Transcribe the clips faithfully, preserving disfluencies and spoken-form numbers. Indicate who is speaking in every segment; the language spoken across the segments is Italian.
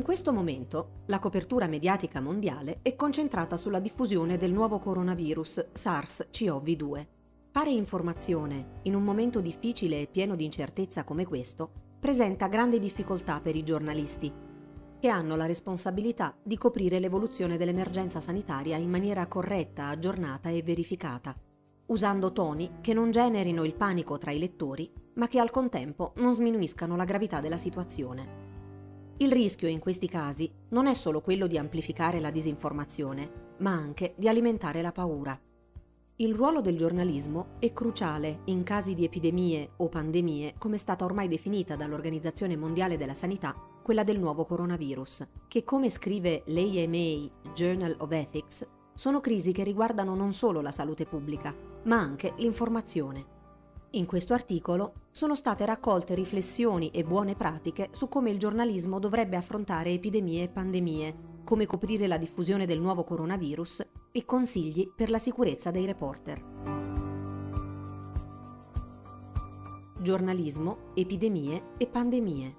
Speaker 1: questo momento, la copertura mediatica mondiale è concentrata sulla diffusione del nuovo coronavirus SARS-C o V due. Fare informazione, in un momento difficile e pieno di incertezza come questo, presenta grande difficoltà per i giornalisti, che hanno la responsabilità di coprire l'evoluzione dell'emergenza sanitaria in maniera corretta, aggiornata e verificata, usando toni che non generino il panico tra i lettori, ma che al contempo non sminuiscano la gravità della situazione. Il rischio in questi casi non è solo quello di amplificare la disinformazione, ma anche di alimentare la paura. Il ruolo del giornalismo è cruciale in casi di epidemie o pandemie, come è stata ormai definita dall'Organizzazione Mondiale della Sanità, quella del nuovo coronavirus, che, come scrive l'A M A Journal of Ethics, sono crisi che riguardano non solo la salute pubblica, ma anche l'informazione. In questo articolo sono state raccolte riflessioni e buone pratiche su come il giornalismo dovrebbe affrontare epidemie e pandemie, come coprire la diffusione del nuovo coronavirus e consigli per la sicurezza dei reporter. Giornalismo, epidemie e pandemie.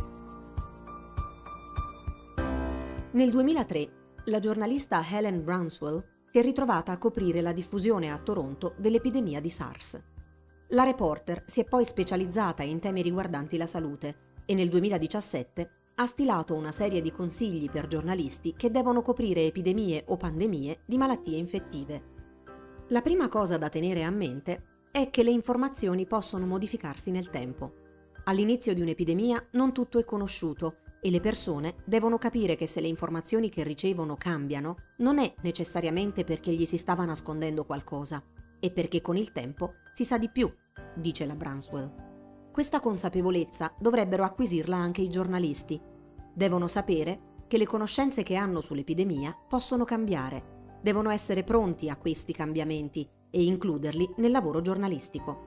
Speaker 1: Nel duemilatré, la giornalista Helen Brownswell si è ritrovata a coprire la diffusione a Toronto dell'epidemia di SARS. La reporter si è poi specializzata in temi riguardanti la salute e nel duemiladiciassette ha stilato una serie di consigli per giornalisti che devono coprire epidemie o pandemie di malattie infettive. La prima cosa da tenere a mente è che le informazioni possono modificarsi nel tempo. All'inizio di un'epidemia non tutto è conosciuto e le persone devono capire che se le informazioni che ricevono cambiano, non è necessariamente perché gli si stava nascondendo qualcosa, e perché con il tempo si sa di più, dice la Brownswell. Questa consapevolezza dovrebbero acquisirla anche i giornalisti. Devono sapere che le conoscenze che hanno sull'epidemia possono cambiare. Devono essere pronti a questi cambiamenti e includerli nel lavoro giornalistico.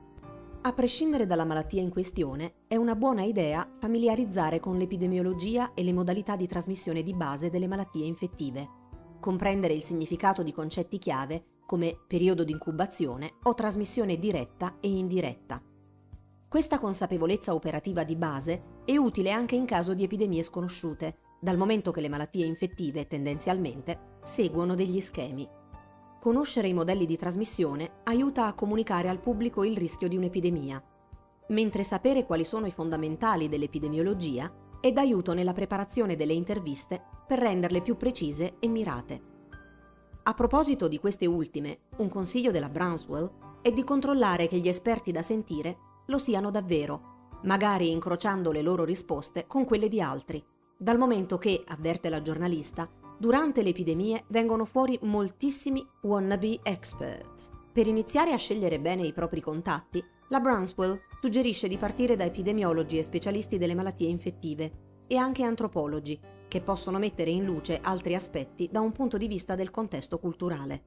Speaker 1: A prescindere dalla malattia in questione, è una buona idea familiarizzare con l'epidemiologia e le modalità di trasmissione di base delle malattie infettive, comprendere il significato di concetti chiave come periodo di incubazione o trasmissione diretta e indiretta. Questa consapevolezza operativa di base è utile anche in caso di epidemie sconosciute, dal momento che le malattie infettive, tendenzialmente, seguono degli schemi. Conoscere i modelli di trasmissione aiuta a comunicare al pubblico il rischio di un'epidemia, mentre sapere quali sono i fondamentali dell'epidemiologia è d'aiuto nella preparazione delle interviste per renderle più precise e mirate. A proposito di queste ultime, un consiglio della Brownswell è di controllare che gli esperti da sentire lo siano davvero, magari incrociando le loro risposte con quelle di altri, dal momento che, avverte la giornalista, durante le epidemie vengono fuori moltissimi wannabe experts. Per iniziare a scegliere bene i propri contatti, la Brownswell suggerisce di partire da epidemiologi e specialisti delle malattie infettive e anche antropologi, che possono mettere in luce altri aspetti da un punto di vista del contesto culturale.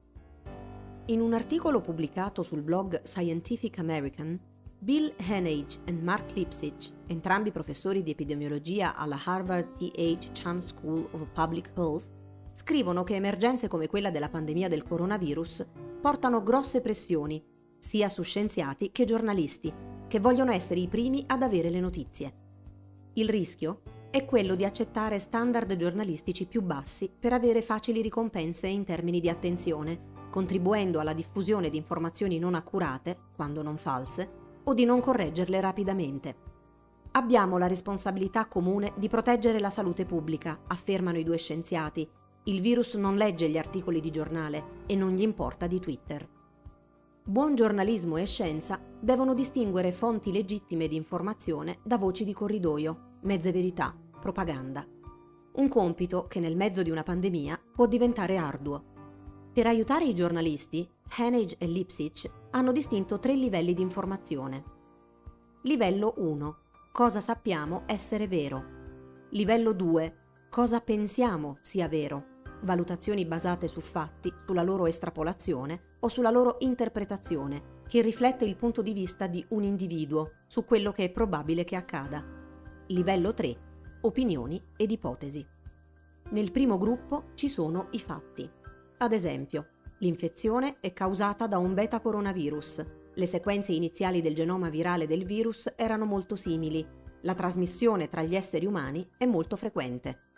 Speaker 1: In un articolo pubblicato sul blog Scientific American, Bill Henage e Mark Lipsitch, entrambi professori di epidemiologia alla Harvard T H Chan School of Public Health, scrivono che emergenze come quella della pandemia del coronavirus portano grosse pressioni, sia su scienziati che giornalisti, che vogliono essere i primi ad avere le notizie. Il rischio è quello di accettare standard giornalistici più bassi per avere facili ricompense in termini di attenzione, contribuendo alla diffusione di informazioni non accurate, quando non false, o di non correggerle rapidamente. Abbiamo la responsabilità comune di proteggere la salute pubblica, affermano i due scienziati. Il virus non legge gli articoli di giornale e non gli importa di Twitter. Buon giornalismo e scienza devono distinguere fonti legittime di informazione da voci di corridoio, mezze verità, propaganda. Un compito che nel mezzo di una pandemia può diventare arduo. Per aiutare i giornalisti, Henage e Lipsitch hanno distinto tre livelli di informazione. Livello uno. Cosa sappiamo essere vero. Livello due. Cosa pensiamo sia vero. Valutazioni basate su fatti, sulla loro estrapolazione o sulla loro interpretazione, che riflette il punto di vista di un individuo su quello che è probabile che accada. Livello tre. Opinioni ed ipotesi. Nel primo gruppo ci sono i fatti. Ad esempio, l'infezione è causata da un beta coronavirus. Le sequenze iniziali del genoma virale del virus erano molto simili. La trasmissione tra gli esseri umani è molto frequente.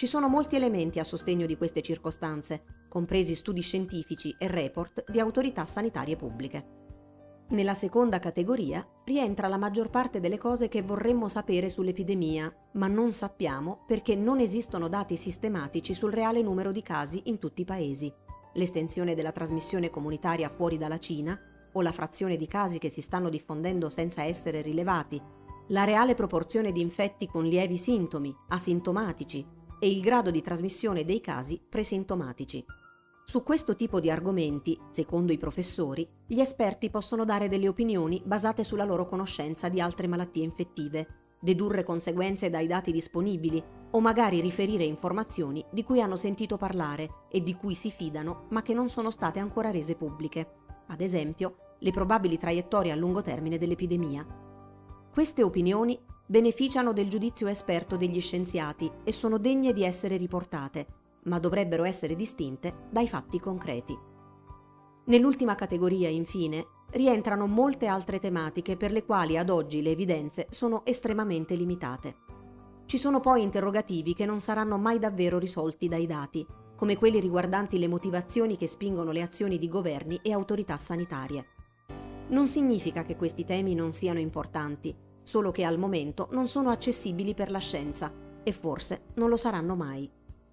Speaker 1: Ci sono molti elementi a sostegno di queste circostanze, compresi studi scientifici e report di autorità sanitarie pubbliche. Nella seconda categoria rientra la maggior parte delle cose che vorremmo sapere sull'epidemia, ma non sappiamo perché non esistono dati sistematici sul reale numero di casi in tutti i paesi, l'estensione della trasmissione comunitaria fuori dalla Cina o la frazione di casi che si stanno diffondendo senza essere rilevati, la reale proporzione di infetti con lievi sintomi, asintomatici e il grado di trasmissione dei casi presintomatici. Su questo tipo di argomenti, secondo i professori, gli esperti possono dare delle opinioni basate sulla loro conoscenza di altre malattie infettive, dedurre conseguenze dai dati disponibili o magari riferire informazioni di cui hanno sentito parlare e di cui si fidano ma che non sono state ancora rese pubbliche, ad esempio le probabili traiettorie a lungo termine dell'epidemia. Queste opinioni beneficiano del giudizio esperto degli scienziati e sono degne di essere riportate, ma dovrebbero essere distinte dai fatti concreti. Nell'ultima categoria, infine, rientrano molte altre tematiche per le quali ad oggi le evidenze sono estremamente limitate. Ci sono poi interrogativi che non saranno mai davvero risolti dai dati, come quelli riguardanti le motivazioni che spingono le azioni di governi e autorità sanitarie. Non significa che questi temi non siano importanti, solo che al momento non sono accessibili per la scienza e forse non lo saranno mai.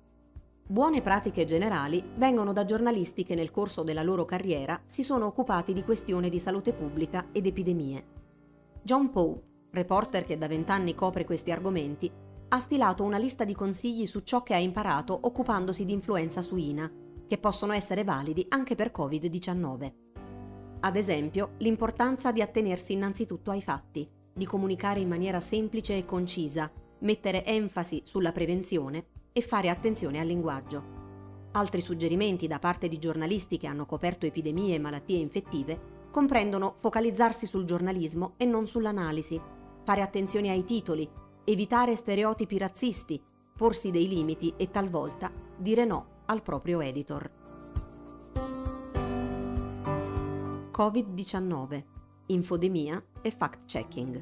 Speaker 1: Buone pratiche generali vengono da giornalisti che nel corso della loro carriera si sono occupati di questioni di salute pubblica ed epidemie. John Poe, reporter che da vent'anni copre questi argomenti, ha stilato una lista di consigli su ciò che ha imparato occupandosi di influenza suina, che possono essere validi anche per covid diciannove. Ad esempio, l'importanza di attenersi innanzitutto ai fatti, di comunicare in maniera semplice e concisa, mettere enfasi sulla prevenzione e fare attenzione al linguaggio. Altri suggerimenti da parte di giornalisti che hanno coperto epidemie e malattie infettive comprendono focalizzarsi sul giornalismo e non sull'analisi, fare attenzione ai titoli, evitare stereotipi razzisti, porsi dei limiti e talvolta dire no al proprio editor. covid diciannove, infodemia e fact-checking.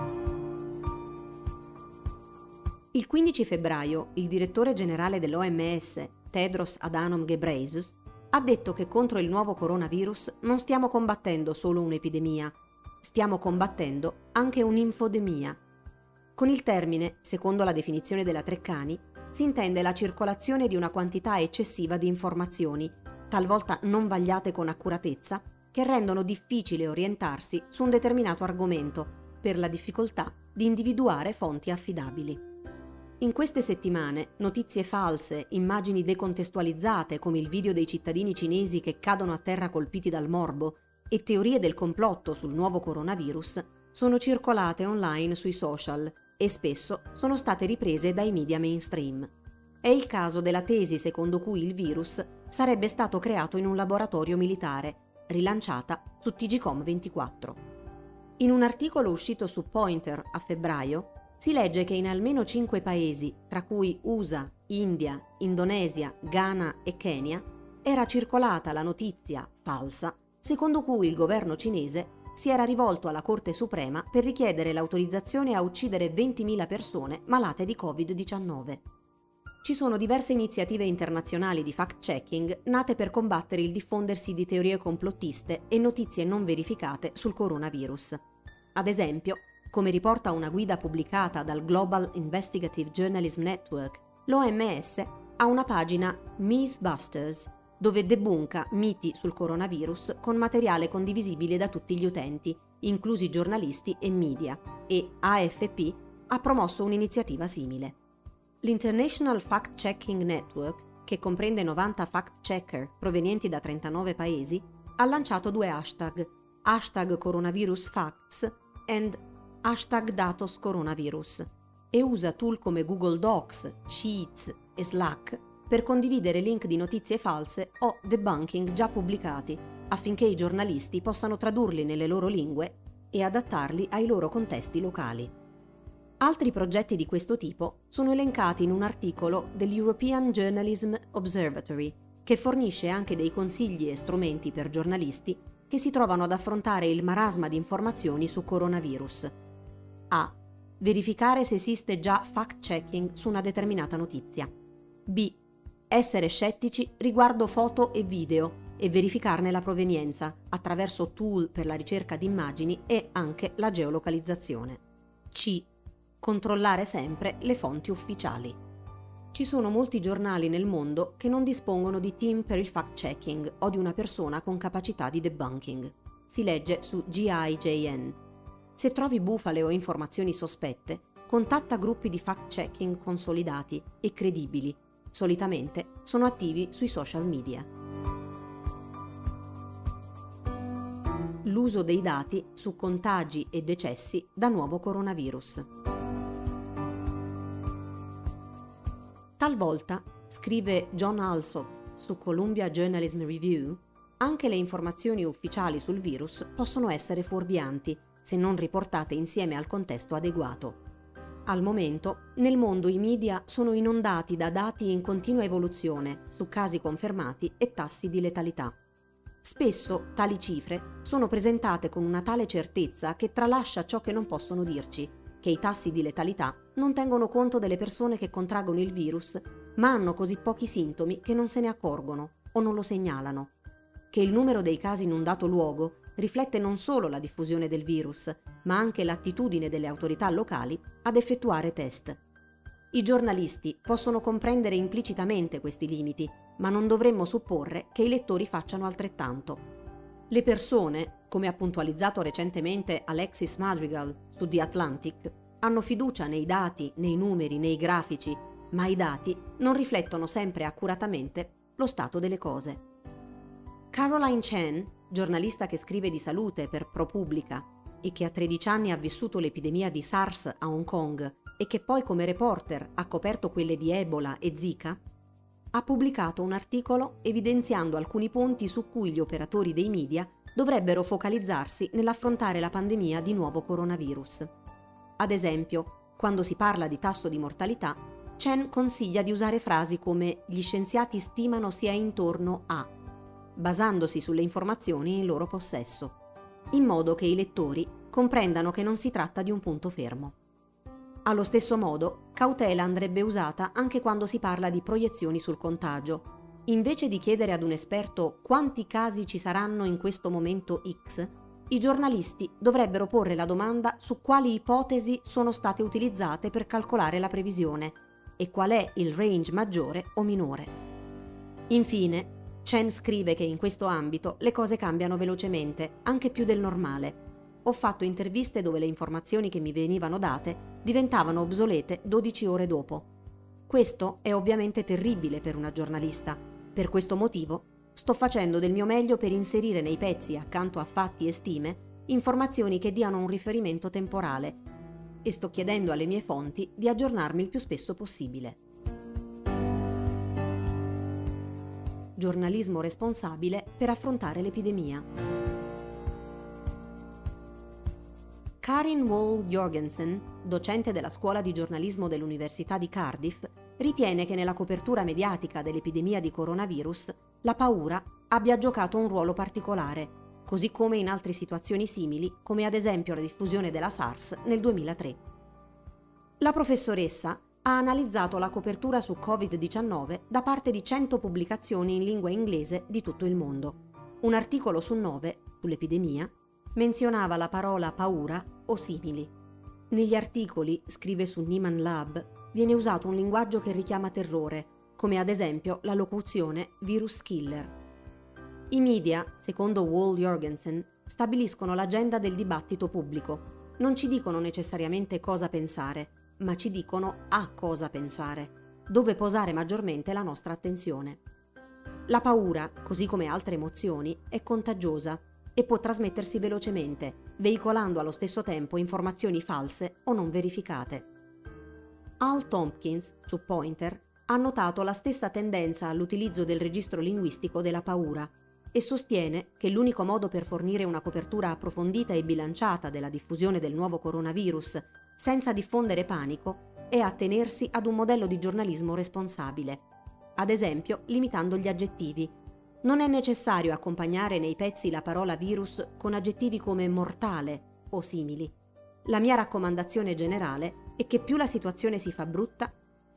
Speaker 1: Il quindici febbraio il direttore generale dell'O M S, Tedros Adhanom Ghebreyesus, ha detto che contro il nuovo coronavirus non stiamo combattendo solo un'epidemia, stiamo combattendo anche un'infodemia. Con il termine, secondo la definizione della Treccani, si intende la circolazione di una quantità eccessiva di informazioni, talvolta non vagliate con accuratezza, che rendono difficile orientarsi su un determinato argomento, per la difficoltà di individuare fonti affidabili. In queste settimane, notizie false, immagini decontestualizzate come il video dei cittadini cinesi che cadono a terra colpiti dal morbo e teorie del complotto sul nuovo coronavirus sono circolate online sui social e spesso sono state riprese dai media mainstream. È il caso della tesi secondo cui il virus sarebbe stato creato in un laboratorio militare, rilanciata su T G Com ventiquattro. In un articolo uscito su Poynter a febbraio, si legge che in almeno cinque paesi, tra cui U S A, India, Indonesia, Ghana e Kenya, era circolata la notizia falsa secondo cui il governo cinese si era rivolto alla Corte Suprema per richiedere l'autorizzazione a uccidere ventimila persone malate di covid diciannove. Ci sono diverse iniziative internazionali di fact-checking nate per combattere il diffondersi di teorie complottiste e notizie non verificate sul coronavirus. Ad esempio, come riporta una guida pubblicata dal Global Investigative Journalism Network, l'O M S ha una pagina Mythbusters, dove debunka miti sul coronavirus con materiale condivisibile da tutti gli utenti, inclusi giornalisti e media, e A F P ha promosso un'iniziativa simile. L'International Fact-Checking Network, che comprende novanta fact-checker provenienti da trentanove paesi, ha lanciato due hashtag, hashtag coronavirus facts and hashtag datos coronavirus, e usa tool come Google Docs, Sheets e Slack per condividere link di notizie false o debunking già pubblicati, affinché i giornalisti possano tradurli nelle loro lingue e adattarli ai loro contesti locali. Altri progetti di questo tipo sono elencati in un articolo dell'European Journalism Observatory, che fornisce anche dei consigli e strumenti per giornalisti che si trovano ad affrontare il marasma di informazioni su coronavirus. A. Verificare se esiste già fact-checking su una determinata notizia. B. Essere scettici riguardo foto e video e verificarne la provenienza attraverso tool per la ricerca di immagini e anche la geolocalizzazione. C. Controllare sempre le fonti ufficiali. Ci sono molti giornali nel mondo che non dispongono di team per il fact-checking o di una persona con capacità di debunking. Si legge su G I J N. Se trovi bufale o informazioni sospette, contatta gruppi di fact-checking consolidati e credibili. Solitamente sono attivi sui social media. L'uso dei dati su contagi e decessi da nuovo coronavirus. Talvolta, scrive John Alsop su Columbia Journalism Review, anche le informazioni ufficiali sul virus possono essere fuorvianti se non riportate insieme al contesto adeguato. Al momento, nel mondo i media sono inondati da dati in continua evoluzione su casi confermati e tassi di letalità. Spesso tali cifre sono presentate con una tale certezza che tralascia ciò che non possono dirci, che i tassi di letalità non tengono conto delle persone che contraggono il virus, ma hanno così pochi sintomi che non se ne accorgono o non lo segnalano, che il numero dei casi in un dato luogo riflette non solo la diffusione del virus, ma anche l'attitudine delle autorità locali ad effettuare test. I giornalisti possono comprendere implicitamente questi limiti, ma non dovremmo supporre che i lettori facciano altrettanto. Le persone, come ha puntualizzato recentemente Alexis Madrigal su The Atlantic, hanno fiducia nei dati, nei numeri, nei grafici, ma i dati non riflettono sempre accuratamente lo stato delle cose. Caroline Chen, giornalista che scrive di salute per ProPublica e che a tredici anni ha vissuto l'epidemia di SARS a Hong Kong e che poi come reporter ha coperto quelle di Ebola e Zika, ha pubblicato un articolo evidenziando alcuni punti su cui gli operatori dei media dovrebbero focalizzarsi nell'affrontare la pandemia di nuovo coronavirus. Ad esempio, quando si parla di tasso di mortalità, Chen consiglia di usare frasi come «gli scienziati stimano sia intorno a», basandosi sulle informazioni in loro possesso, in modo che i lettori comprendano che non si tratta di un punto fermo. Allo stesso modo, cautela andrebbe usata anche quando si parla di proiezioni sul contagio. Invece di chiedere ad un esperto quanti casi ci saranno in questo momento X, i giornalisti dovrebbero porre la domanda su quali ipotesi sono state utilizzate per calcolare la previsione e qual è il range maggiore o minore. Infine, Chen scrive che in questo ambito le cose cambiano velocemente, anche più del normale. Ho fatto interviste dove le informazioni che mi venivano date diventavano obsolete dodici ore dopo. Questo è ovviamente terribile per una giornalista. Per questo motivo sto facendo del mio meglio per inserire nei pezzi, accanto a fatti e stime, informazioni che diano un riferimento temporale e sto chiedendo alle mie fonti di aggiornarmi il più spesso possibile. Giornalismo responsabile per affrontare l'epidemia. Karin Wall-Jorgensen, docente della scuola di giornalismo dell'Università di Cardiff, ritiene che nella copertura mediatica dell'epidemia di coronavirus la paura abbia giocato un ruolo particolare, così come in altre situazioni simili, come ad esempio la diffusione della SARS nel duemilatré. La professoressa ha analizzato la copertura su covid diciannove da parte di cento pubblicazioni in lingua inglese di tutto il mondo. Un articolo su nove, sull'epidemia, menzionava la parola paura o simili. Negli articoli, scrive su Nieman Lab, viene usato un linguaggio che richiama terrore, come ad esempio la locuzione virus killer. I media, secondo Wall-Jorgensen, stabiliscono l'agenda del dibattito pubblico. Non ci dicono necessariamente cosa pensare, ma ci dicono a cosa pensare, dove posare maggiormente la nostra attenzione. La paura, così come altre emozioni, è contagiosa e può trasmettersi velocemente, veicolando allo stesso tempo informazioni false o non verificate. Al Tompkins, su Poynter, ha notato la stessa tendenza all'utilizzo del registro linguistico della paura e sostiene che l'unico modo per fornire una copertura approfondita e bilanciata della diffusione del nuovo coronavirus senza diffondere panico è attenersi ad un modello di giornalismo responsabile, ad esempio limitando gli aggettivi. Non è necessario accompagnare nei pezzi la parola virus con aggettivi come mortale o simili. La mia raccomandazione generale è che più la situazione si fa brutta,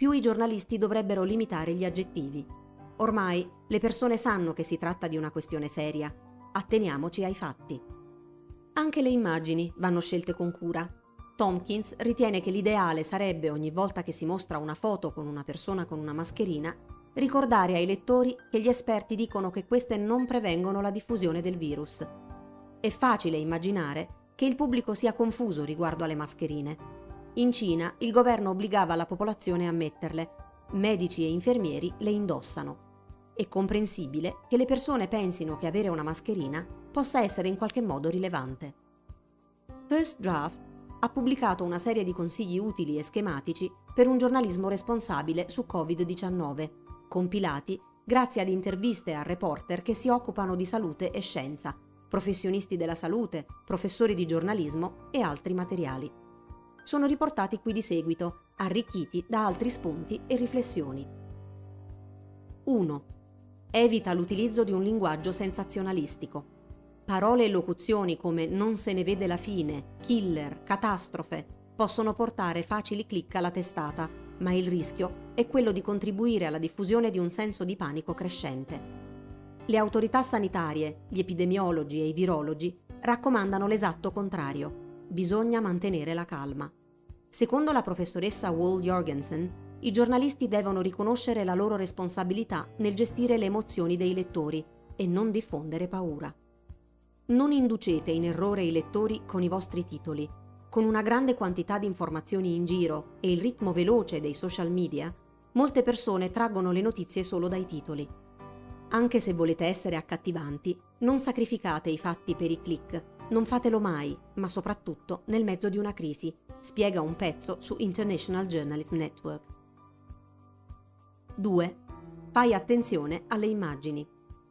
Speaker 1: più i giornalisti dovrebbero limitare gli aggettivi. Ormai le persone sanno che si tratta di una questione seria. Atteniamoci ai fatti. Anche le immagini vanno scelte con cura. Tompkins ritiene che l'ideale sarebbe, ogni volta che si mostra una foto con una persona con una mascherina, ricordare ai lettori che gli esperti dicono che queste non prevengono la diffusione del virus. È facile immaginare che il pubblico sia confuso riguardo alle mascherine. In Cina il governo obbligava la popolazione a metterle. Medici e infermieri le indossano. È comprensibile che le persone pensino che avere una mascherina possa essere in qualche modo rilevante. First Draft ha pubblicato una serie di consigli utili e schematici per un giornalismo responsabile su covid diciannove, compilati grazie ad interviste a reporter che si occupano di salute e scienza, professionisti della salute, professori di giornalismo e altri materiali. Sono riportati qui di seguito, arricchiti da altri spunti e riflessioni. uno. Evita l'utilizzo di un linguaggio sensazionalistico. Parole e locuzioni come non se ne vede la fine, killer, catastrofe possono portare facili click alla testata, ma il rischio è quello di contribuire alla diffusione di un senso di panico crescente. Le autorità sanitarie, gli epidemiologi e i virologi raccomandano l'esatto contrario: bisogna mantenere la calma. Secondo la professoressa Wall Jorgensen, i giornalisti devono riconoscere la loro responsabilità nel gestire le emozioni dei lettori e non diffondere paura. Non inducete in errore i lettori con i vostri titoli. Con una grande quantità di informazioni in giro e il ritmo veloce dei social media, molte persone traggono le notizie solo dai titoli. Anche se volete essere accattivanti, non sacrificate i fatti per i click. Non fatelo mai, ma soprattutto nel mezzo di una crisi, spiega un pezzo su International Journalism Network. due. Fai attenzione alle immagini.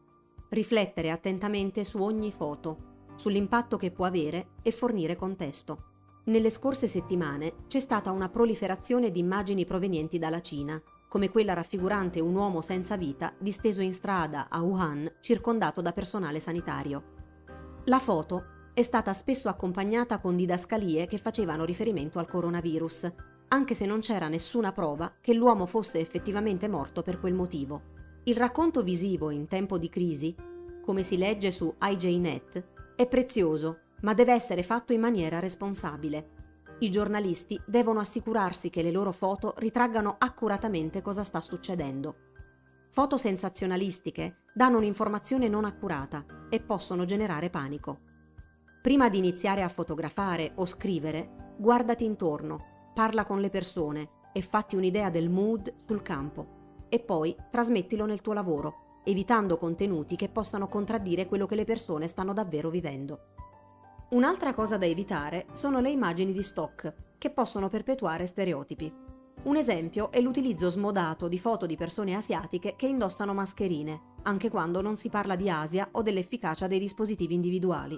Speaker 1: Riflettere attentamente su ogni foto, sull'impatto che può avere e fornire contesto. Nelle scorse settimane c'è stata una proliferazione di immagini provenienti dalla Cina, come quella raffigurante un uomo senza vita disteso in strada a Wuhan, circondato da personale sanitario. La foto è stata spesso accompagnata con didascalie che facevano riferimento al coronavirus, anche se non c'era nessuna prova che l'uomo fosse effettivamente morto per quel motivo. Il racconto visivo in tempo di crisi, come si legge su I J Net, è prezioso, ma deve essere fatto in maniera responsabile. I giornalisti devono assicurarsi che le loro foto ritraggano accuratamente cosa sta succedendo. Foto sensazionalistiche danno un'informazione non accurata e possono generare panico. Prima di iniziare a fotografare o scrivere, guardati intorno, parla con le persone e fatti un'idea del mood sul campo. E poi trasmettilo nel tuo lavoro, evitando contenuti che possano contraddire quello che le persone stanno davvero vivendo. Un'altra cosa da evitare sono le immagini di stock, che possono perpetuare stereotipi. Un esempio è l'utilizzo smodato di foto di persone asiatiche che indossano mascherine, anche quando non si parla di Asia o dell'efficacia dei dispositivi individuali.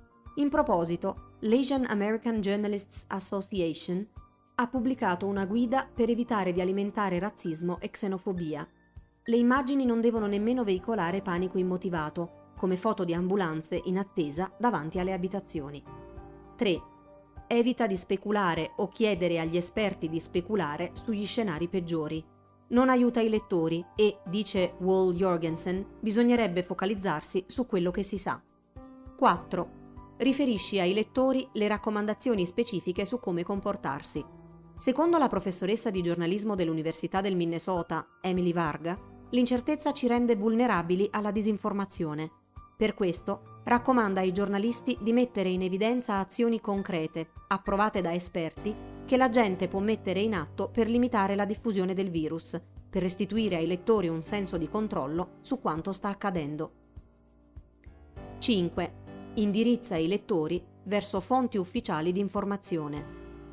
Speaker 1: In proposito, l'Asian American Journalists Association ha pubblicato una guida per evitare di alimentare razzismo e xenofobia. Le immagini non devono nemmeno veicolare panico immotivato, come foto di ambulanze in attesa davanti alle abitazioni. tre. Evita di speculare o chiedere agli esperti di speculare sugli scenari peggiori. Non aiuta i lettori e, dice Wall Jorgensen, bisognerebbe focalizzarsi su quello che si sa. quattro. Riferisci ai lettori le raccomandazioni specifiche su come comportarsi. Secondo la professoressa di giornalismo dell'Università del Minnesota, Emily Varga, l'incertezza ci rende vulnerabili alla disinformazione. Per questo raccomanda ai giornalisti di mettere in evidenza azioni concrete, approvate da esperti, che la gente può mettere in atto per limitare la diffusione del virus, per restituire ai lettori un senso di controllo su quanto sta accadendo. cinque. Indirizza i lettori verso fonti ufficiali di informazione.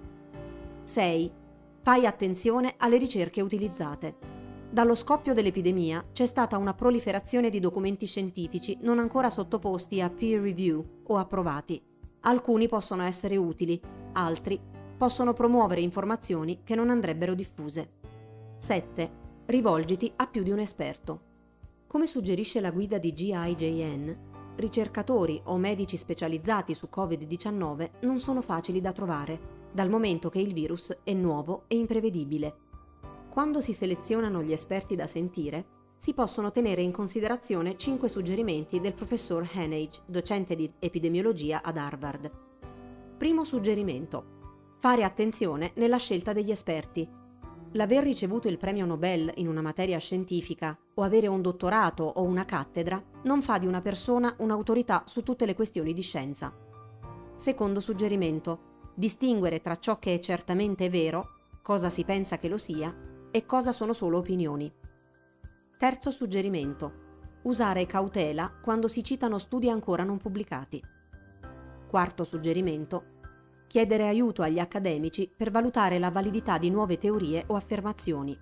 Speaker 1: sei. Fai attenzione alle ricerche utilizzate. Dallo scoppio dell'epidemia c'è stata una proliferazione di documenti scientifici non ancora sottoposti a peer review o approvati. Alcuni possono essere utili, altri possono promuovere informazioni che non andrebbero diffuse. sette. Rivolgiti a più di un esperto. Come suggerisce la guida di G I J N, ricercatori o medici specializzati su covid diciannove non sono facili da trovare, dal momento che il virus è nuovo e imprevedibile. quando si selezionano gli esperti da sentire, si possono tenere in considerazione cinque suggerimenti del professor Heneage, docente di epidemiologia ad Harvard. Primo suggerimento: fare attenzione nella scelta degli esperti. L'aver ricevuto il premio Nobel in una materia scientifica o avere un dottorato o una cattedra non fa di una persona un'autorità su tutte le questioni di scienza. Secondo suggerimento: distinguere tra ciò che è certamente vero, cosa si pensa che lo sia, e cosa sono solo opinioni. Terzo suggerimento: usare cautela quando si citano studi ancora non pubblicati. Quarto suggerimento: chiedere aiuto agli accademici per valutare la validità di nuove teorie o affermazioni.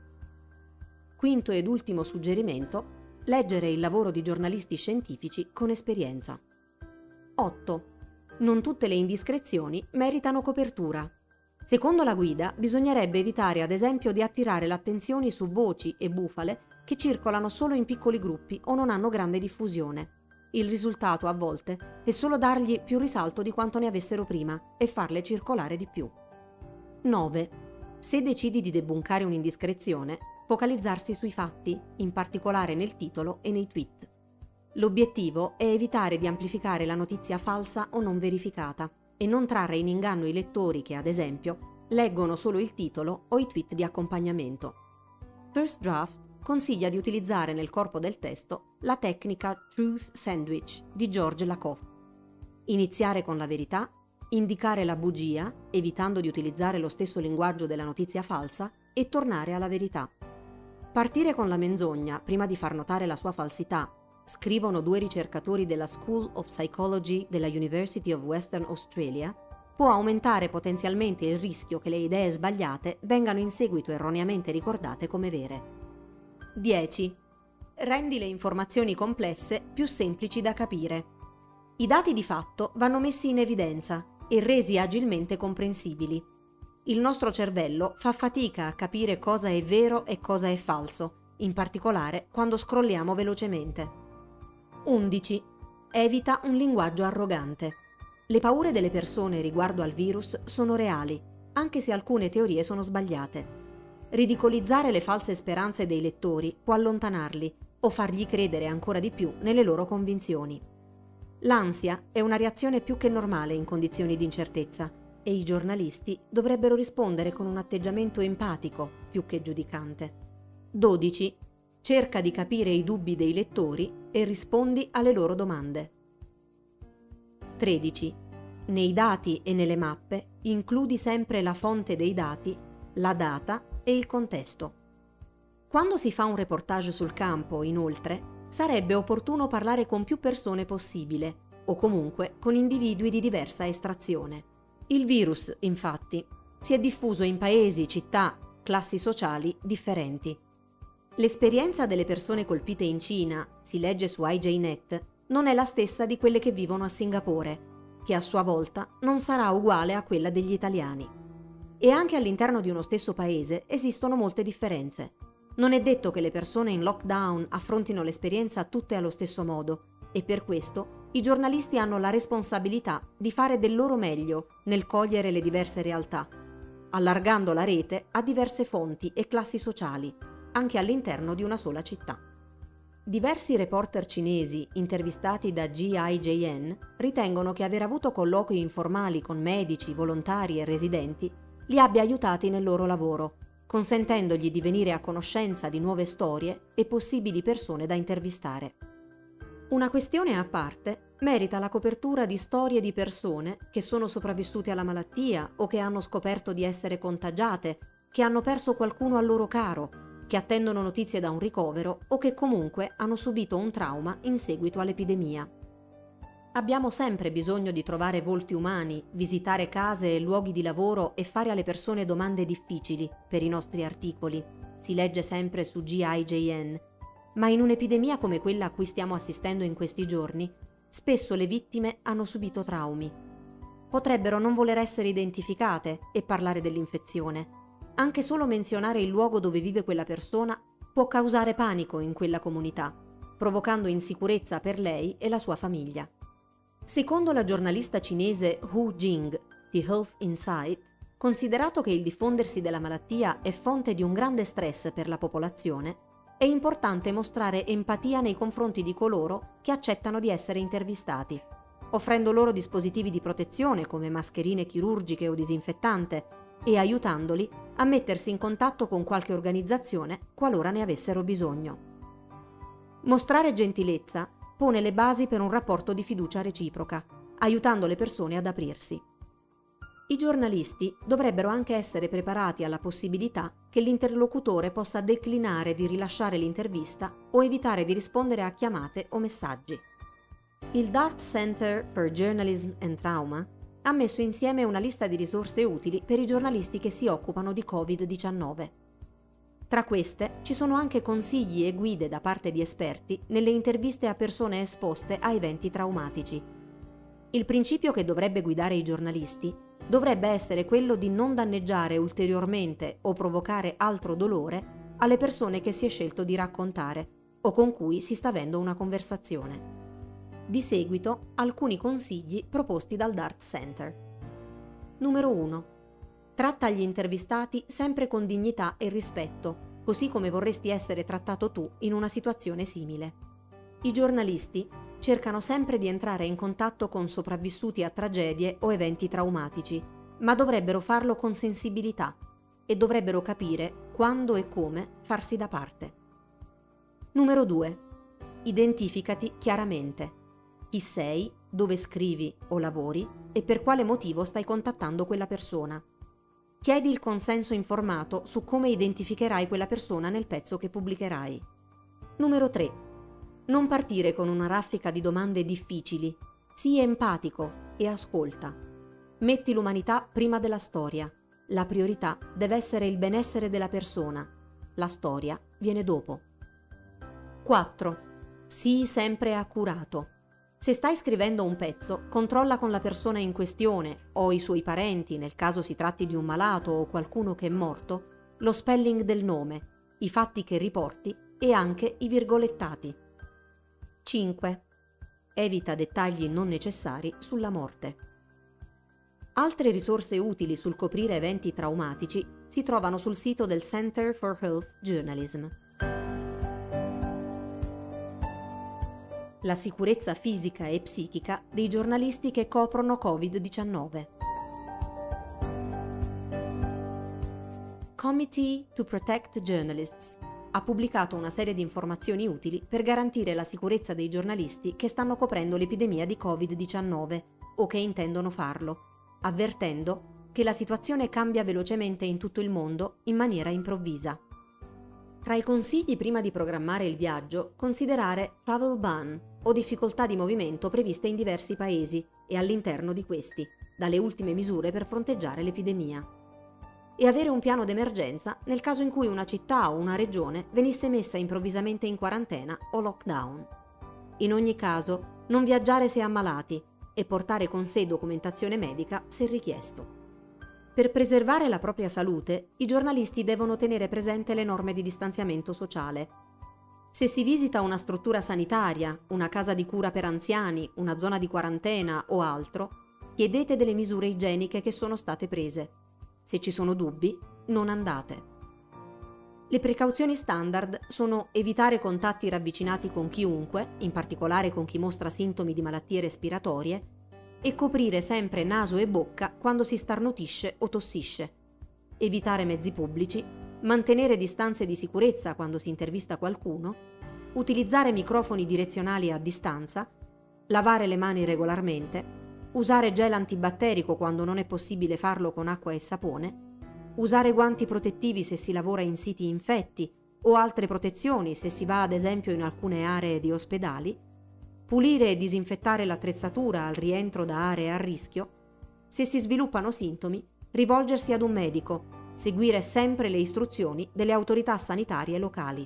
Speaker 1: Quinto ed ultimo suggerimento: leggere il lavoro di giornalisti scientifici con esperienza. otto. Non tutte le indiscrezioni meritano copertura. Secondo la guida, bisognerebbe evitare ad esempio di attirare l'attenzione su voci e bufale che circolano solo in piccoli gruppi o non hanno grande diffusione. Il risultato, a volte, è solo dargli più risalto di quanto ne avessero prima e farle circolare di più. nove. Se decidi di debunkare un'indiscrezione, focalizzarsi sui fatti, in particolare nel titolo e nei tweet. L'obiettivo è evitare di amplificare la notizia falsa o non verificata e non trarre in inganno i lettori che, ad esempio, leggono solo il titolo o i tweet di accompagnamento. First Draft consiglia di utilizzare nel corpo del testo la tecnica Truth Sandwich di George Lakoff. Iniziare con la verità, indicare la bugia, evitando di utilizzare lo stesso linguaggio della notizia falsa, e tornare alla verità. Partire con la menzogna prima di far notare la sua falsità, scrivono due ricercatori della School of Psychology della University of Western Australia, può aumentare potenzialmente il rischio che le idee sbagliate vengano in seguito erroneamente ricordate come vere. dieci. Rendi le informazioni complesse più semplici da capire. I dati di fatto vanno messi in evidenza e resi agilmente comprensibili. Il nostro cervello fa fatica a capire cosa è vero e cosa è falso, in particolare quando scrolliamo velocemente. undici. Evita un linguaggio arrogante. Le paure delle persone riguardo al virus sono reali, anche se alcune teorie sono sbagliate. Ridicolizzare le false speranze dei lettori può allontanarli o fargli credere ancora di più nelle loro convinzioni. L'ansia è una reazione più che normale in condizioni di incertezza e i giornalisti dovrebbero rispondere con un atteggiamento empatico più che giudicante. dodici. Cerca di capire i dubbi dei lettori e rispondi alle loro domande. tredici. Nei dati e nelle mappe includi sempre la fonte dei dati, la data e il contesto. Quando si fa un reportage sul campo, inoltre, sarebbe opportuno parlare con più persone possibile, o comunque con individui di diversa estrazione. Il virus, infatti, si è diffuso in paesi, città, classi sociali differenti. L'esperienza delle persone colpite in Cina, si legge su I J Net, non è la stessa di quelle che vivono a Singapore, che a sua volta non sarà uguale a quella degli italiani. E anche all'interno di uno stesso paese esistono molte differenze. Non è detto che le persone in lockdown affrontino l'esperienza tutte allo stesso modo, e per questo i giornalisti hanno la responsabilità di fare del loro meglio nel cogliere le diverse realtà, allargando la rete a diverse fonti e classi sociali, anche all'interno di una sola città. Diversi reporter cinesi intervistati da G I J N ritengono che aver avuto colloqui informali con medici, volontari e residenti li abbia aiutati nel loro lavoro, consentendogli di venire a conoscenza di nuove storie e possibili persone da intervistare. Una questione a parte merita la copertura di storie di persone che sono sopravvissute alla malattia o che hanno scoperto di essere contagiate, che hanno perso qualcuno a loro caro, che attendono notizie da un ricovero o che comunque hanno subito un trauma in seguito all'epidemia. Abbiamo sempre bisogno di trovare volti umani, visitare case e luoghi di lavoro e fare alle persone domande difficili per i nostri articoli, si legge sempre su G I J N, ma in un'epidemia come quella a cui stiamo assistendo in questi giorni, spesso le vittime hanno subito traumi. Potrebbero non voler essere identificate e parlare dell'infezione. Anche solo menzionare il luogo dove vive quella persona può causare panico in quella comunità, provocando insicurezza per lei e la sua famiglia. Secondo la giornalista cinese Hu Jing di Health Insight, considerato che il diffondersi della malattia è fonte di un grande stress per la popolazione, è importante mostrare empatia nei confronti di coloro che accettano di essere intervistati, offrendo loro dispositivi di protezione come mascherine chirurgiche o disinfettante e aiutandoli a mettersi in contatto con qualche organizzazione qualora ne avessero bisogno. Mostrare gentilezza pone le basi per un rapporto di fiducia reciproca, aiutando le persone ad aprirsi. I giornalisti dovrebbero anche essere preparati alla possibilità che l'interlocutore possa declinare di rilasciare l'intervista o evitare di rispondere a chiamate o messaggi. Il Dart Center for Journalism and Trauma ha messo insieme una lista di risorse utili per i giornalisti che si occupano di covid diciannove. Tra queste ci sono anche consigli e guide da parte di esperti nelle interviste a persone esposte a eventi traumatici. Il principio che dovrebbe guidare i giornalisti dovrebbe essere quello di non danneggiare ulteriormente o provocare altro dolore alle persone che si è scelto di raccontare o con cui si sta avendo una conversazione. Di seguito, alcuni consigli proposti dal Dart Center. Numero uno. Tratta gli intervistati sempre con dignità e rispetto, così come vorresti essere trattato tu in una situazione simile. I giornalisti cercano sempre di entrare in contatto con sopravvissuti a tragedie o eventi traumatici, ma dovrebbero farlo con sensibilità e dovrebbero capire quando e come farsi da parte. Numero due. Identificati chiaramente. Chi sei, dove scrivi o lavori e per quale motivo stai contattando quella persona. Chiedi il consenso informato su come identificherai quella persona nel pezzo che pubblicherai. Numero tre. Non partire con una raffica di domande difficili. Sii empatico e ascolta. Metti l'umanità prima della storia. La priorità deve essere il benessere della persona. La storia viene dopo. quattro. Sii sempre accurato. Se stai scrivendo un pezzo, controlla con la persona in questione o i suoi parenti, nel caso si tratti di un malato o qualcuno che è morto, lo spelling del nome, i fatti che riporti e anche i virgolettati. cinque. Evita dettagli non necessari sulla morte. Altre risorse utili sul coprire eventi traumatici si trovano sul sito del Center for Health Journalism. La sicurezza fisica e psichica dei giornalisti che coprono covid diciannove. Committee to Protect Journalists ha pubblicato una serie di informazioni utili per garantire la sicurezza dei giornalisti che stanno coprendo l'epidemia di covid diciannove o che intendono farlo, avvertendo che la situazione cambia velocemente in tutto il mondo in maniera improvvisa. Tra i consigli prima di programmare il viaggio, considerare travel ban o difficoltà di movimento previste in diversi paesi e all'interno di questi, dalle ultime misure per fronteggiare l'epidemia. E avere un piano d'emergenza nel caso in cui una città o una regione venisse messa improvvisamente in quarantena o lockdown. In ogni caso, non viaggiare se ammalati e portare con sé documentazione medica se richiesto. Per preservare la propria salute, i giornalisti devono tenere presente le norme di distanziamento sociale. Se si visita una struttura sanitaria, una casa di cura per anziani, una zona di quarantena o altro, chiedete delle misure igieniche che sono state prese. Se ci sono dubbi, non andate. Le precauzioni standard sono evitare contatti ravvicinati con chiunque, in particolare con chi mostra sintomi di malattie respiratorie, e coprire sempre naso e bocca quando si starnutisce o tossisce. Evitare mezzi pubblici, mantenere distanze di sicurezza quando si intervista qualcuno, utilizzare microfoni direzionali a distanza, lavare le mani regolarmente, usare gel antibatterico quando non è possibile farlo con acqua e sapone, usare guanti protettivi se si lavora in siti infetti o altre protezioni se si va ad esempio in alcune aree di ospedali, pulire e disinfettare l'attrezzatura al rientro da aree a rischio, se si sviluppano sintomi, rivolgersi ad un medico, seguire sempre le istruzioni delle autorità sanitarie locali.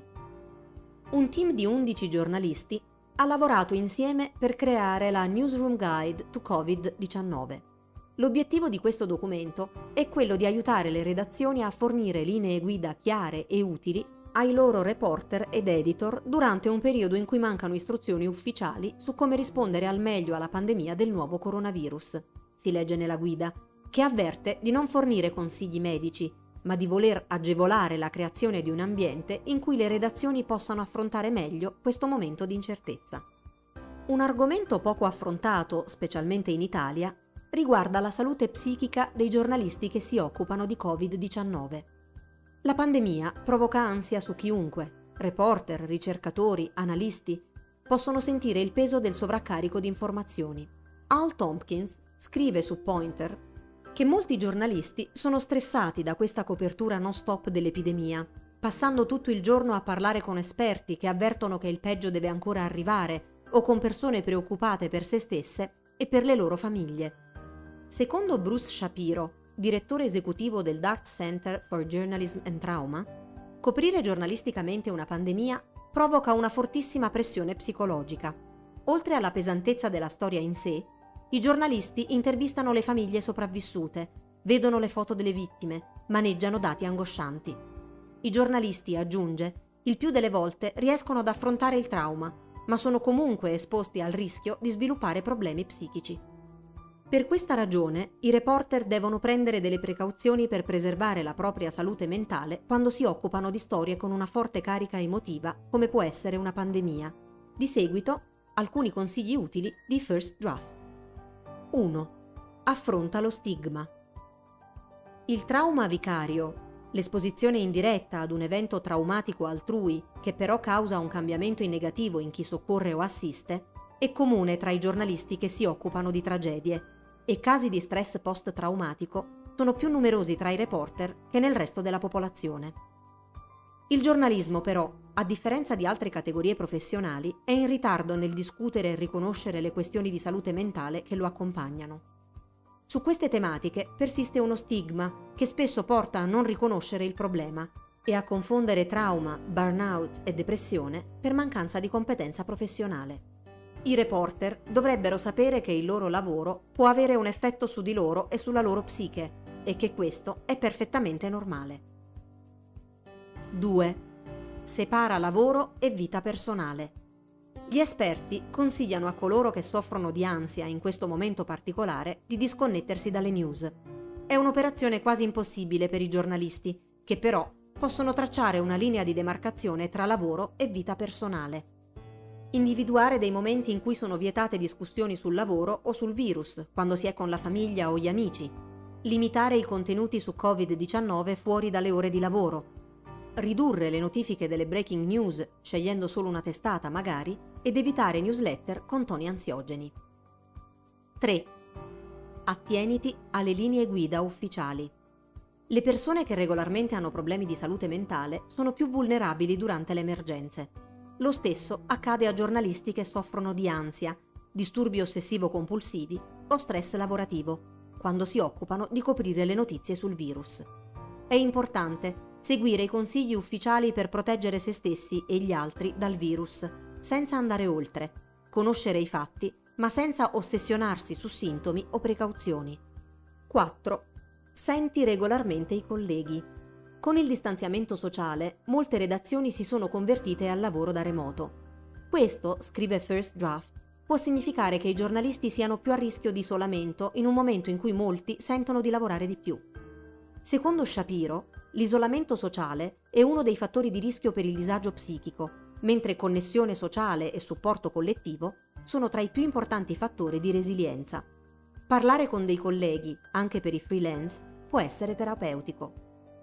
Speaker 1: Un team di undici giornalisti ha lavorato insieme per creare la Newsroom Guide to covid diciannove. L'obiettivo di questo documento è quello di aiutare le redazioni a fornire linee guida chiare e utili ai loro reporter ed editor durante un periodo in cui mancano istruzioni ufficiali su come rispondere al meglio alla pandemia del nuovo coronavirus. Si legge nella guida che avverte di non fornire consigli medici, ma di voler agevolare la creazione di un ambiente in cui le redazioni possano affrontare meglio questo momento di incertezza. Un argomento poco affrontato, specialmente in Italia, riguarda la salute psichica dei giornalisti che si occupano di covid diciannove. La pandemia provoca ansia su chiunque. Reporter, ricercatori, analisti possono sentire il peso del sovraccarico di informazioni. Al Tompkins scrive su Poynter che molti giornalisti sono stressati da questa copertura non stop dell'epidemia, passando tutto il giorno a parlare con esperti che avvertono che il peggio deve ancora arrivare o con persone preoccupate per se stesse e per le loro famiglie. Secondo Bruce Shapiro, direttore esecutivo del Dart Center for Journalism and Trauma, coprire giornalisticamente una pandemia provoca una fortissima pressione psicologica. Oltre alla pesantezza della storia in sé, i giornalisti intervistano le famiglie sopravvissute, vedono le foto delle vittime, maneggiano dati angoscianti. I giornalisti, aggiunge, il più delle volte riescono ad affrontare il trauma, ma sono comunque esposti al rischio di sviluppare problemi psichici. Per questa ragione, i reporter devono prendere delle precauzioni per preservare la propria salute mentale quando si occupano di storie con una forte carica emotiva, come può essere una pandemia. Di seguito, alcuni consigli utili di First Draft. uno. Affronta lo stigma. Il trauma vicario, l'esposizione indiretta ad un evento traumatico altrui che però causa un cambiamento in negativo in chi soccorre o assiste, è comune tra i giornalisti che si occupano di tragedie e casi di stress post-traumatico sono più numerosi tra i reporter che nel resto della popolazione. Il giornalismo però, a differenza di altre categorie professionali, è in ritardo nel discutere e riconoscere le questioni di salute mentale che lo accompagnano. Su queste tematiche persiste uno stigma che spesso porta a non riconoscere il problema e a confondere trauma, burnout e depressione per mancanza di competenza professionale. I reporter dovrebbero sapere che il loro lavoro può avere un effetto su di loro e sulla loro psiche e che questo è perfettamente normale. due. Separa lavoro e vita personale. Gli esperti consigliano a coloro che soffrono di ansia in questo momento particolare di disconnettersi dalle news. È un'operazione quasi impossibile per i giornalisti, che però possono tracciare una linea di demarcazione tra lavoro e vita personale. Individuare dei momenti in cui sono vietate discussioni sul lavoro o sul virus, quando si è con la famiglia o gli amici. Limitare i contenuti su covid diciannove fuori dalle ore di lavoro. Ridurre le notifiche delle breaking news, scegliendo solo una testata magari, ed evitare newsletter con toni ansiogeni. tre. Attieniti alle linee guida ufficiali. Le persone che regolarmente hanno problemi di salute mentale sono più vulnerabili durante le emergenze. Lo stesso accade a giornalisti che soffrono di ansia, disturbi ossessivo-compulsivi o stress lavorativo, quando si occupano di coprire le notizie sul virus. È importante seguire i consigli ufficiali per proteggere se stessi e gli altri dal virus, senza andare oltre, conoscere i fatti, ma senza ossessionarsi su sintomi o precauzioni. quattro. Senti regolarmente i colleghi. Con il distanziamento sociale, molte redazioni si sono convertite al lavoro da remoto. Questo, scrive First Draft, può significare che i giornalisti siano più a rischio di isolamento in un momento in cui molti sentono di lavorare di più. Secondo Shapiro, l'isolamento sociale è uno dei fattori di rischio per il disagio psichico, mentre connessione sociale e supporto collettivo sono tra i più importanti fattori di resilienza. Parlare con dei colleghi, anche per i freelance, può essere terapeutico.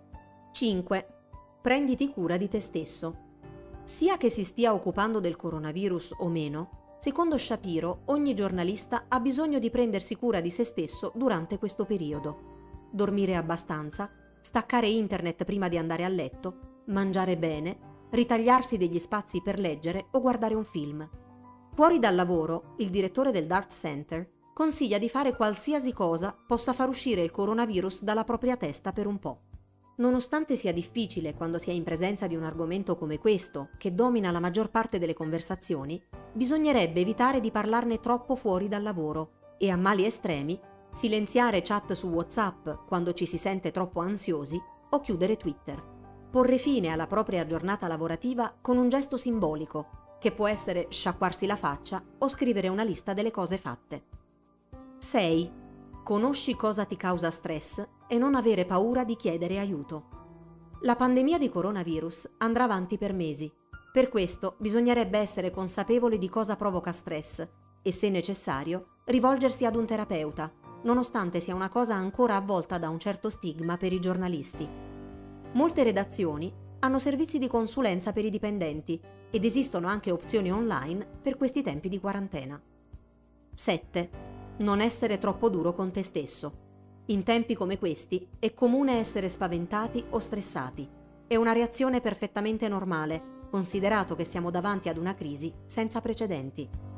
Speaker 1: cinque. Prenditi cura di te stesso. Sia che si stia occupando del coronavirus o meno, secondo Shapiro ogni giornalista ha bisogno di prendersi cura di se stesso durante questo periodo. Dormire abbastanza, staccare internet prima di andare a letto, mangiare bene, ritagliarsi degli spazi per leggere o guardare un film. Fuori dal lavoro, il direttore del Dart Center consiglia di fare qualsiasi cosa possa far uscire il coronavirus dalla propria testa per un po'. Nonostante sia difficile quando si è in presenza di un argomento come questo, che domina la maggior parte delle conversazioni, bisognerebbe evitare di parlarne troppo fuori dal lavoro e, a mali estremi, silenziare chat su WhatsApp quando ci si sente troppo ansiosi o chiudere Twitter. Porre fine alla propria giornata lavorativa con un gesto simbolico, che può essere sciacquarsi la faccia o scrivere una lista delle cose fatte. sei. Conosci cosa ti causa stress e non avere paura di chiedere aiuto. La pandemia di coronavirus andrà avanti per mesi. Per questo bisognerebbe essere consapevoli di cosa provoca stress e, se necessario, rivolgersi ad un terapeuta, nonostante sia una cosa ancora avvolta da un certo stigma per i giornalisti. Molte redazioni hanno servizi di consulenza per i dipendenti ed esistono anche opzioni online per questi tempi di quarantena. sette. Non essere troppo duro con te stesso. In tempi come questi è comune essere spaventati o stressati. È una reazione perfettamente normale, considerato che siamo davanti ad una crisi senza precedenti.